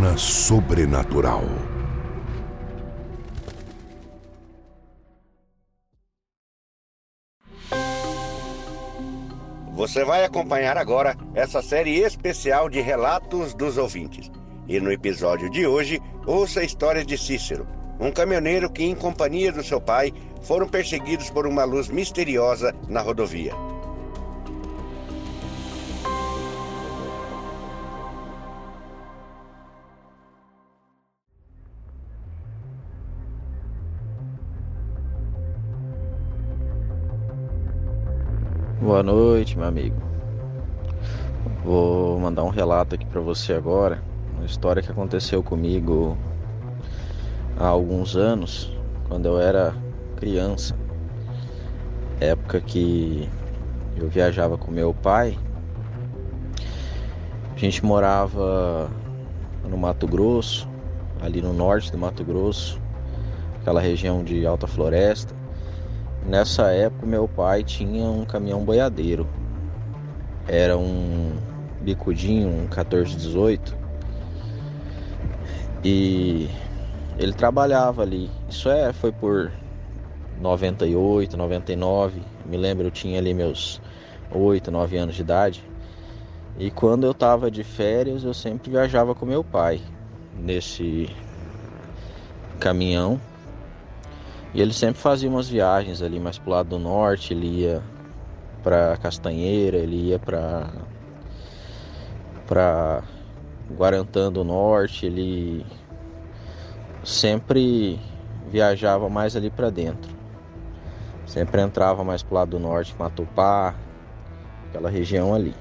Zona Sobrenatural. Você vai acompanhar agora essa série especial de relatos dos ouvintes. E no episódio de hoje, ouça a história de Cícero, um caminhoneiro que, em companhia do seu pai, foram perseguidos por uma luz misteriosa na rodovia. Boa noite, meu amigo. Vou mandar um relato aqui pra você agora, uma história que aconteceu comigo há alguns anos, quando eu era criança, época que eu viajava com meu pai. A gente morava no Mato Grosso, ali no norte do Mato Grosso, aquela região de alta floresta. Nessa época, meu pai tinha um caminhão boiadeiro. Era um bicudinho, um 1418. E ele trabalhava ali. Isso foi por 98, 99. Me lembro, eu tinha ali meus 8, 9 anos de idade. E quando eu tava de férias, eu sempre viajava com meu pai nesse caminhão. E ele sempre fazia umas viagens ali mais pro lado do norte. Ele ia pra Castanheira, ele ia pra Guarantã do Norte. Ele sempre viajava mais ali pra dentro. Sempre entrava mais pro lado do norte, Matupá, aquela região ali.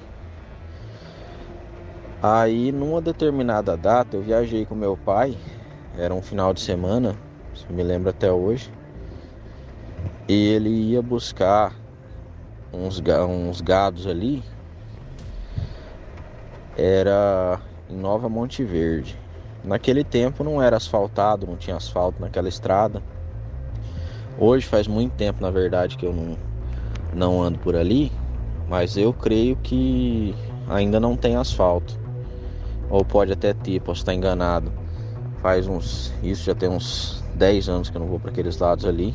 Aí, numa determinada data, eu viajei com meu pai. Era um final de semana, se me lembro até hoje. E ele ia buscar uns gados ali. Era em Nova Monte Verde. Naquele tempo não era asfaltado, não tinha asfalto naquela estrada. Hoje faz muito tempo, na verdade, que eu não ando por ali. Mas eu creio que ainda não tem asfalto. Ou pode até ter, posso estar enganado. Isso já tem uns 10 anos que eu não vou para aqueles lados ali.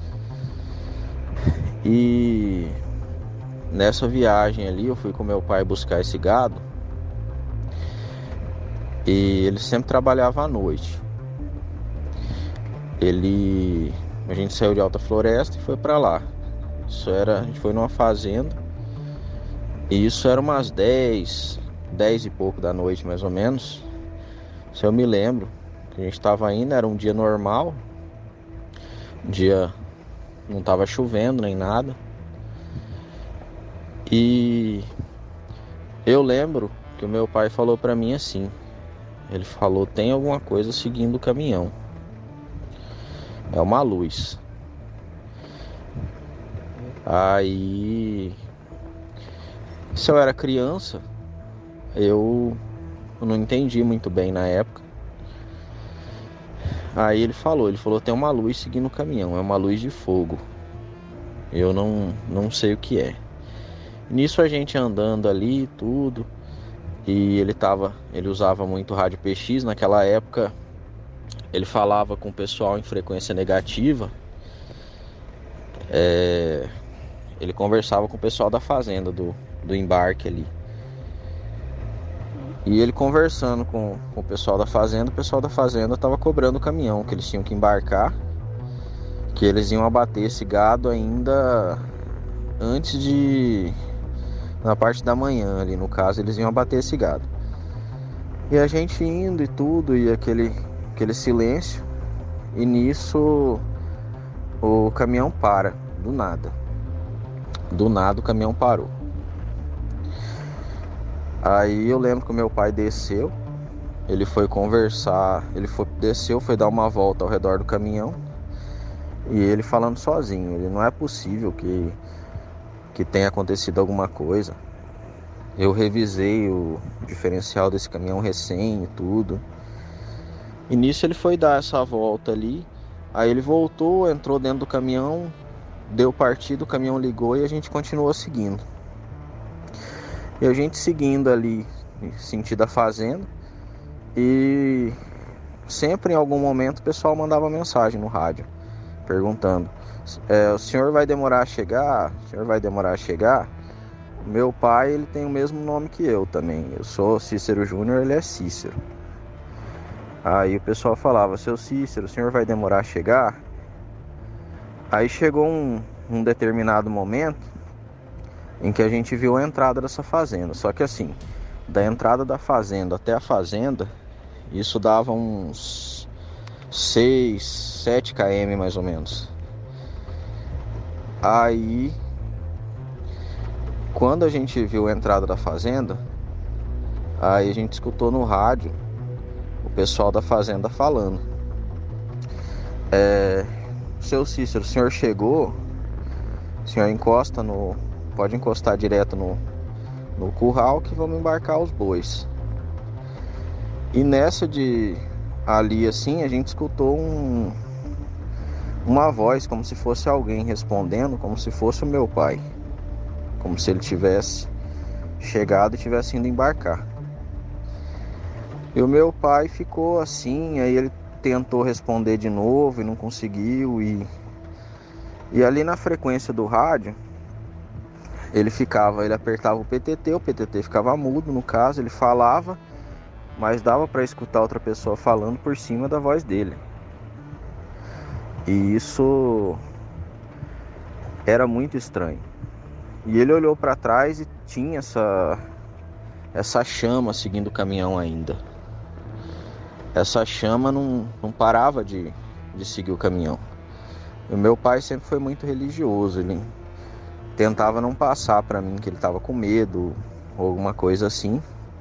E nessa viagem ali eu fui com meu pai buscar esse gado. E ele sempre trabalhava à noite. A gente saiu de Alta Floresta e foi para lá. A gente foi numa fazenda. E isso era umas 10 e pouco da noite, mais ou menos. Se eu me lembro, que a gente estava indo, era um dia normal. Um dia não estava chovendo nem nada. E eu lembro que o meu pai falou para mim assim. Ele falou: tem alguma coisa seguindo o caminhão. É uma luz. Aí, se eu era criança, eu não entendi muito bem na época. Aí ele falou: tem uma luz seguindo o caminhão, é uma luz de fogo. Eu não sei o que é. Nisso a gente andando ali, tudo. E ele usava muito rádio PX. Naquela época ele falava com o pessoal em frequência negativa. Ele conversava com o pessoal da fazenda, do embarque ali. E ele conversando com o pessoal da fazenda estava cobrando o caminhão que eles tinham que embarcar, que eles iam abater esse gado ainda na parte da manhã ali, no caso, eles iam abater esse gado. E a gente indo e tudo, e aquele silêncio. E nisso o caminhão para, do nada o caminhão parou. Aí eu lembro que o meu pai desceu. Ele foi conversar. Desceu, foi dar uma volta ao redor do caminhão. E ele falando sozinho: não é possível que tenha acontecido alguma coisa. Eu revisei o diferencial desse caminhão recém e tudo. E nisso ele foi dar essa volta ali. Aí ele voltou, entrou dentro do caminhão, deu partida, o caminhão ligou e a gente continuou seguindo. E a gente seguindo ali, sentido a fazenda. E sempre em algum momento o pessoal mandava mensagem no rádio perguntando: o senhor vai demorar a chegar? O senhor vai demorar a chegar? Meu pai, ele tem o mesmo nome que eu também. Eu sou Cícero Júnior, ele é Cícero. Aí o pessoal falava: seu Cícero, o senhor vai demorar a chegar? Aí chegou um determinado momento em que a gente viu a entrada dessa fazenda. Só que assim, da entrada da fazenda até a fazenda, isso dava uns 6, 7 km mais ou menos. Aí, quando a gente viu a entrada da fazenda, aí a gente escutou no rádio o pessoal da fazenda falando: seu Cícero, o senhor chegou, o senhor pode encostar direto no curral que vamos embarcar os bois. E nessa de ali assim, a gente escutou uma voz, como se fosse alguém respondendo, como se fosse o meu pai, como se ele tivesse chegado e tivesse indo embarcar. E o meu pai ficou assim, aí ele tentou responder de novo e não conseguiu. E ali na frequência do rádio, ele apertava o PTT ficava mudo, no caso, ele falava, mas dava para escutar outra pessoa falando por cima da voz dele. E isso era muito estranho. E ele olhou para trás e tinha essa chama seguindo o caminhão ainda. Essa chama não parava de seguir o caminhão. E o meu pai sempre foi muito religioso. Ele tentava não passar para mim que ele estava com medo ou alguma coisa assim.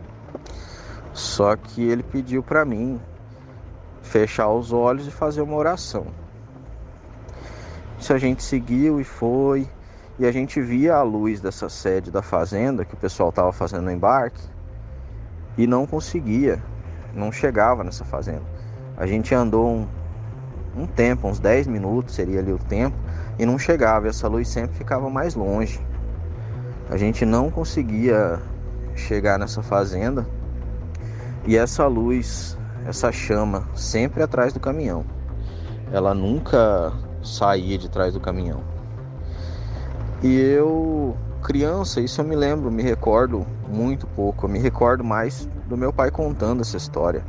Só que ele pediu para mim fechar os olhos e fazer uma oração. Isso a gente seguiu e foi. E a gente via a luz dessa sede da fazenda que o pessoal estava fazendo o embarque e não conseguia, não chegava nessa fazenda. A gente andou um tempo, uns 10 minutos seria ali o tempo, e não chegava. Essa luz sempre ficava mais longe. A gente não conseguia chegar nessa fazenda. E essa luz, essa chama, sempre atrás do caminhão. Ela nunca saía de trás do caminhão. E eu, criança, isso eu me recordo muito pouco. Eu me recordo mais do meu pai contando essa história.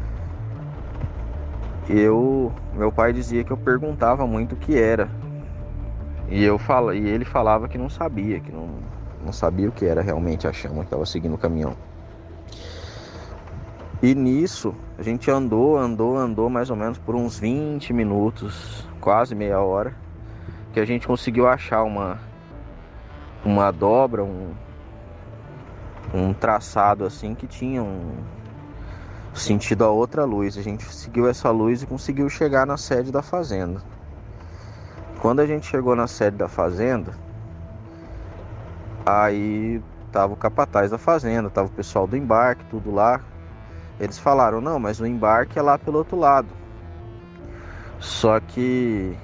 Meu pai dizia que eu perguntava muito o que era. E ele falava que não sabia, que não sabia o que era realmente a chama que estava seguindo o caminhão. E nisso, a gente andou mais ou menos por uns 20 minutos, quase meia hora, que a gente conseguiu achar uma dobra, um traçado assim que tinha sentido a outra luz. A gente seguiu essa luz e conseguiu chegar na sede da fazenda. Quando a gente chegou na sede da fazenda, aí tava o capataz da fazenda, tava o pessoal do embarque, tudo lá. Eles falaram: não, mas o embarque é lá pelo outro lado. Só que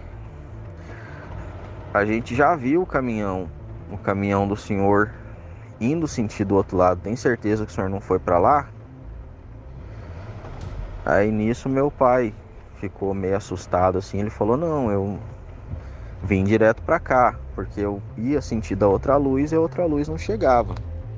a gente já viu o caminhão do senhor indo sentido do outro lado. Tem certeza que o senhor não foi para lá? Aí nisso meu pai ficou meio assustado assim. Ele falou: não, eu vim direto para cá, porque eu ia sentido a outra luz e a outra luz não chegava.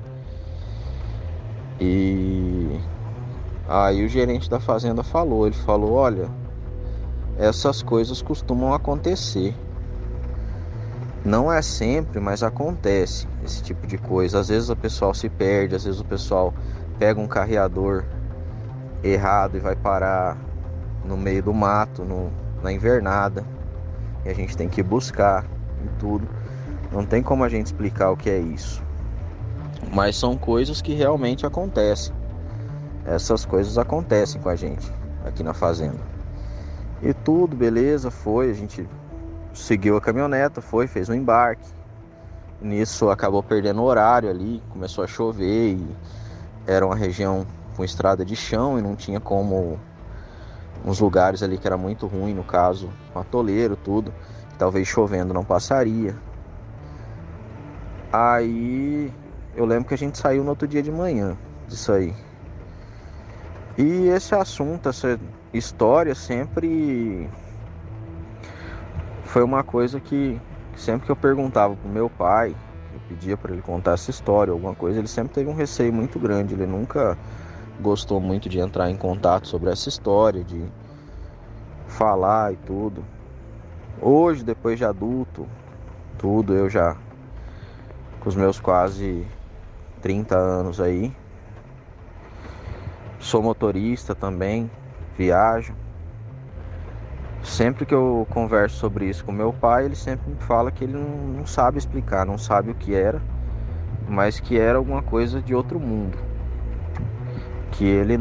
E aí o gerente da fazenda falou: olha, essas coisas costumam acontecer. Não é sempre, mas acontece esse tipo de coisa. Às vezes o pessoal se perde, às vezes o pessoal pega um carreador errado e vai parar no meio do mato, na invernada. E a gente tem que buscar e tudo. Não tem como a gente explicar o que é isso. Mas são coisas que realmente acontecem. Essas coisas acontecem com a gente aqui na fazenda. E tudo, beleza, foi. A gente seguiu a caminhoneta, fez um embarque. Nisso acabou perdendo o horário ali, começou a chover e era uma região com estrada de chão e não tinha como, uns lugares ali que era muito ruim, no caso, um atoleiro, tudo, talvez chovendo não passaria. Aí eu lembro que a gente saiu no outro dia de manhã disso aí. E esse assunto, essa história sempre foi uma coisa que sempre que eu perguntava pro meu pai, eu pedia para ele contar essa história, alguma coisa, ele sempre teve um receio muito grande, ele nunca gostou muito de entrar em contato sobre essa história, de falar e tudo. Hoje, depois de adulto, tudo, eu já com os meus quase 30 anos aí, sou motorista também, viajo. Sempre que eu converso sobre isso com meu pai, ele sempre me fala que ele não sabe explicar, não sabe o que era, mas que era alguma coisa de outro mundo, que ele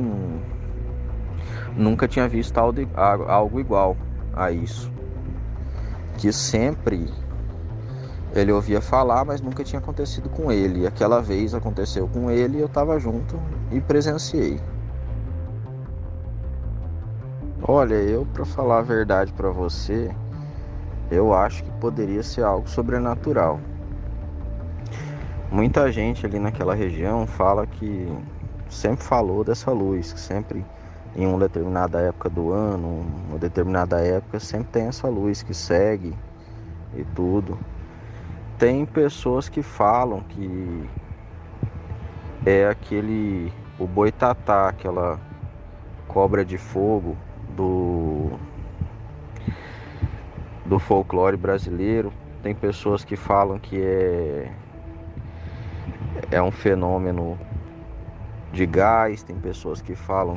nunca tinha visto algo igual a isso, que sempre ele ouvia falar, mas nunca tinha acontecido com ele. E aquela vez aconteceu com ele e eu estava junto e presenciei. Olha, eu para falar a verdade para você, eu acho que poderia ser algo sobrenatural. Muita gente ali naquela região fala que sempre falou dessa luz, que sempre em uma determinada época do ano, uma determinada época, sempre tem essa luz que segue e tudo. Tem pessoas que falam que é o boitatá, aquela cobra de fogo do folclore brasileiro. Tem pessoas que falam que é um fenômeno de gás, tem pessoas que falam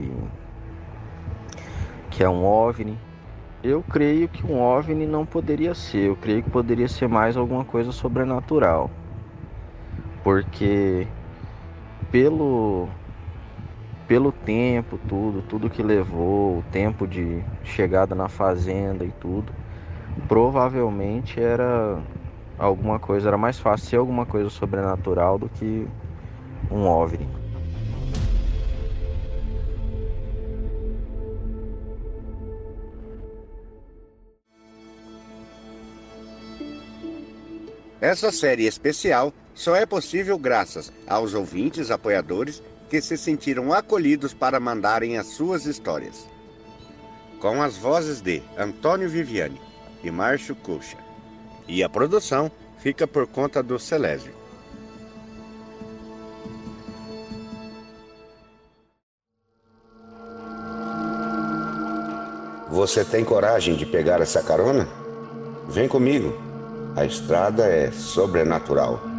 que é um OVNI. Eu creio que um OVNI não poderia ser, eu creio que poderia ser mais alguma coisa sobrenatural. Porque pelo tempo, tudo que levou, o tempo de chegada na fazenda e tudo, provavelmente era alguma coisa, era mais fácil ser alguma coisa sobrenatural do que um OVNI. Essa série especial só é possível graças aos ouvintes apoiadores que se sentiram acolhidos para mandarem as suas histórias. Com as vozes de Antônio Viviani e Márcio Coxa. E a produção fica por conta do Celésio. Você tem coragem de pegar essa carona? Vem comigo. A estrada é sobrenatural.